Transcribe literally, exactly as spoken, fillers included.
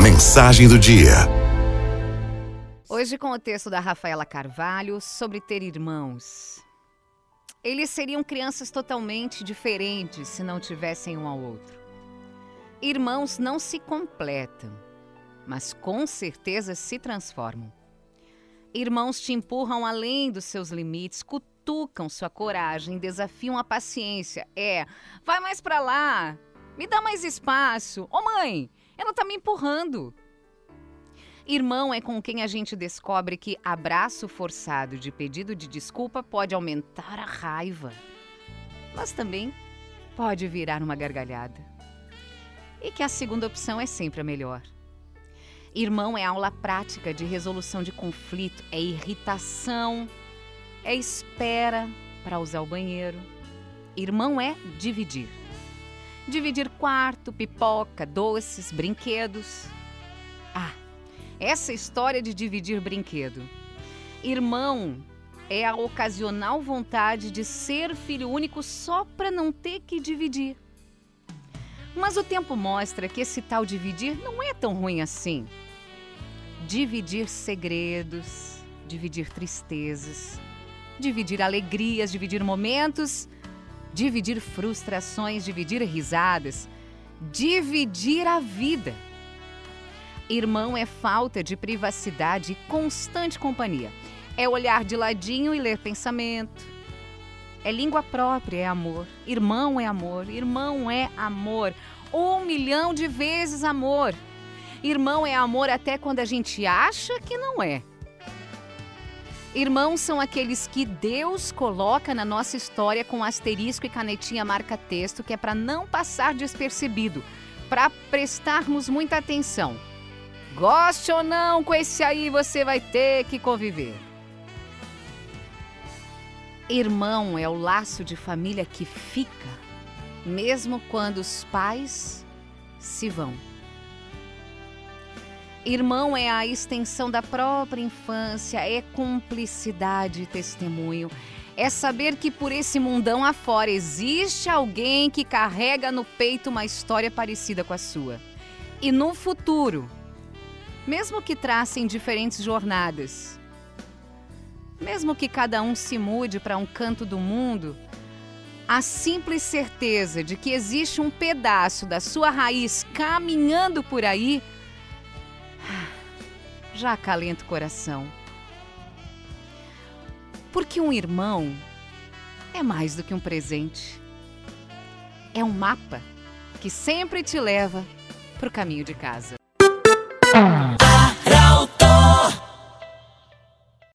Mensagem do dia. Hoje com o texto da Rafaela Carvalho sobre ter irmãos. Eles seriam crianças totalmente diferentes se não tivessem um ao outro. Irmãos não se completam, mas com certeza se transformam. Irmãos te empurram além dos seus limites, cutucam sua coragem, desafiam a paciência. É, vai mais pra lá, me dá mais espaço. Ô mãe, ela tá me empurrando. Irmão é com quem a gente descobre que abraço forçado de pedido de desculpa pode aumentar a raiva, mas também pode virar uma gargalhada. E que a segunda opção é sempre a melhor. Irmão é aula prática de resolução de conflito, é irritação, é espera para usar o banheiro. Irmão é dividir. Dividir quarto, pipoca, doces, brinquedos. Ah, essa história de dividir brinquedo. Irmão é a ocasional vontade de ser filho único só para não ter que dividir. Mas o tempo mostra que esse tal dividir não é tão ruim assim. Dividir segredos, dividir tristezas, dividir alegrias, dividir momentos, dividir frustrações, dividir risadas, dividir a vida. Irmão é falta de privacidade e constante companhia. É olhar de ladinho e ler pensamento. É língua própria, é amor. Irmão é amor, irmão é amor. Um milhão de vezes amor. Irmão é amor até quando a gente acha que não é. Irmãos são aqueles que Deus coloca na nossa história com asterisco e canetinha marca-texto, que é para não passar despercebido, para prestarmos muita atenção. Goste ou não, com esse aí você vai ter que conviver. Irmão é o laço de família que fica, mesmo quando os pais se vão. Irmão é a extensão da própria infância, é cumplicidade e testemunho. É saber que por esse mundão afora existe alguém que carrega no peito uma história parecida com a sua. E no futuro, mesmo que tracem diferentes jornadas, mesmo que cada um se mude para um canto do mundo, a simples certeza de que existe um pedaço da sua raiz caminhando por aí já acalenta o coração. Porque um irmão é mais do que um presente. É um mapa que sempre te leva para o caminho de casa.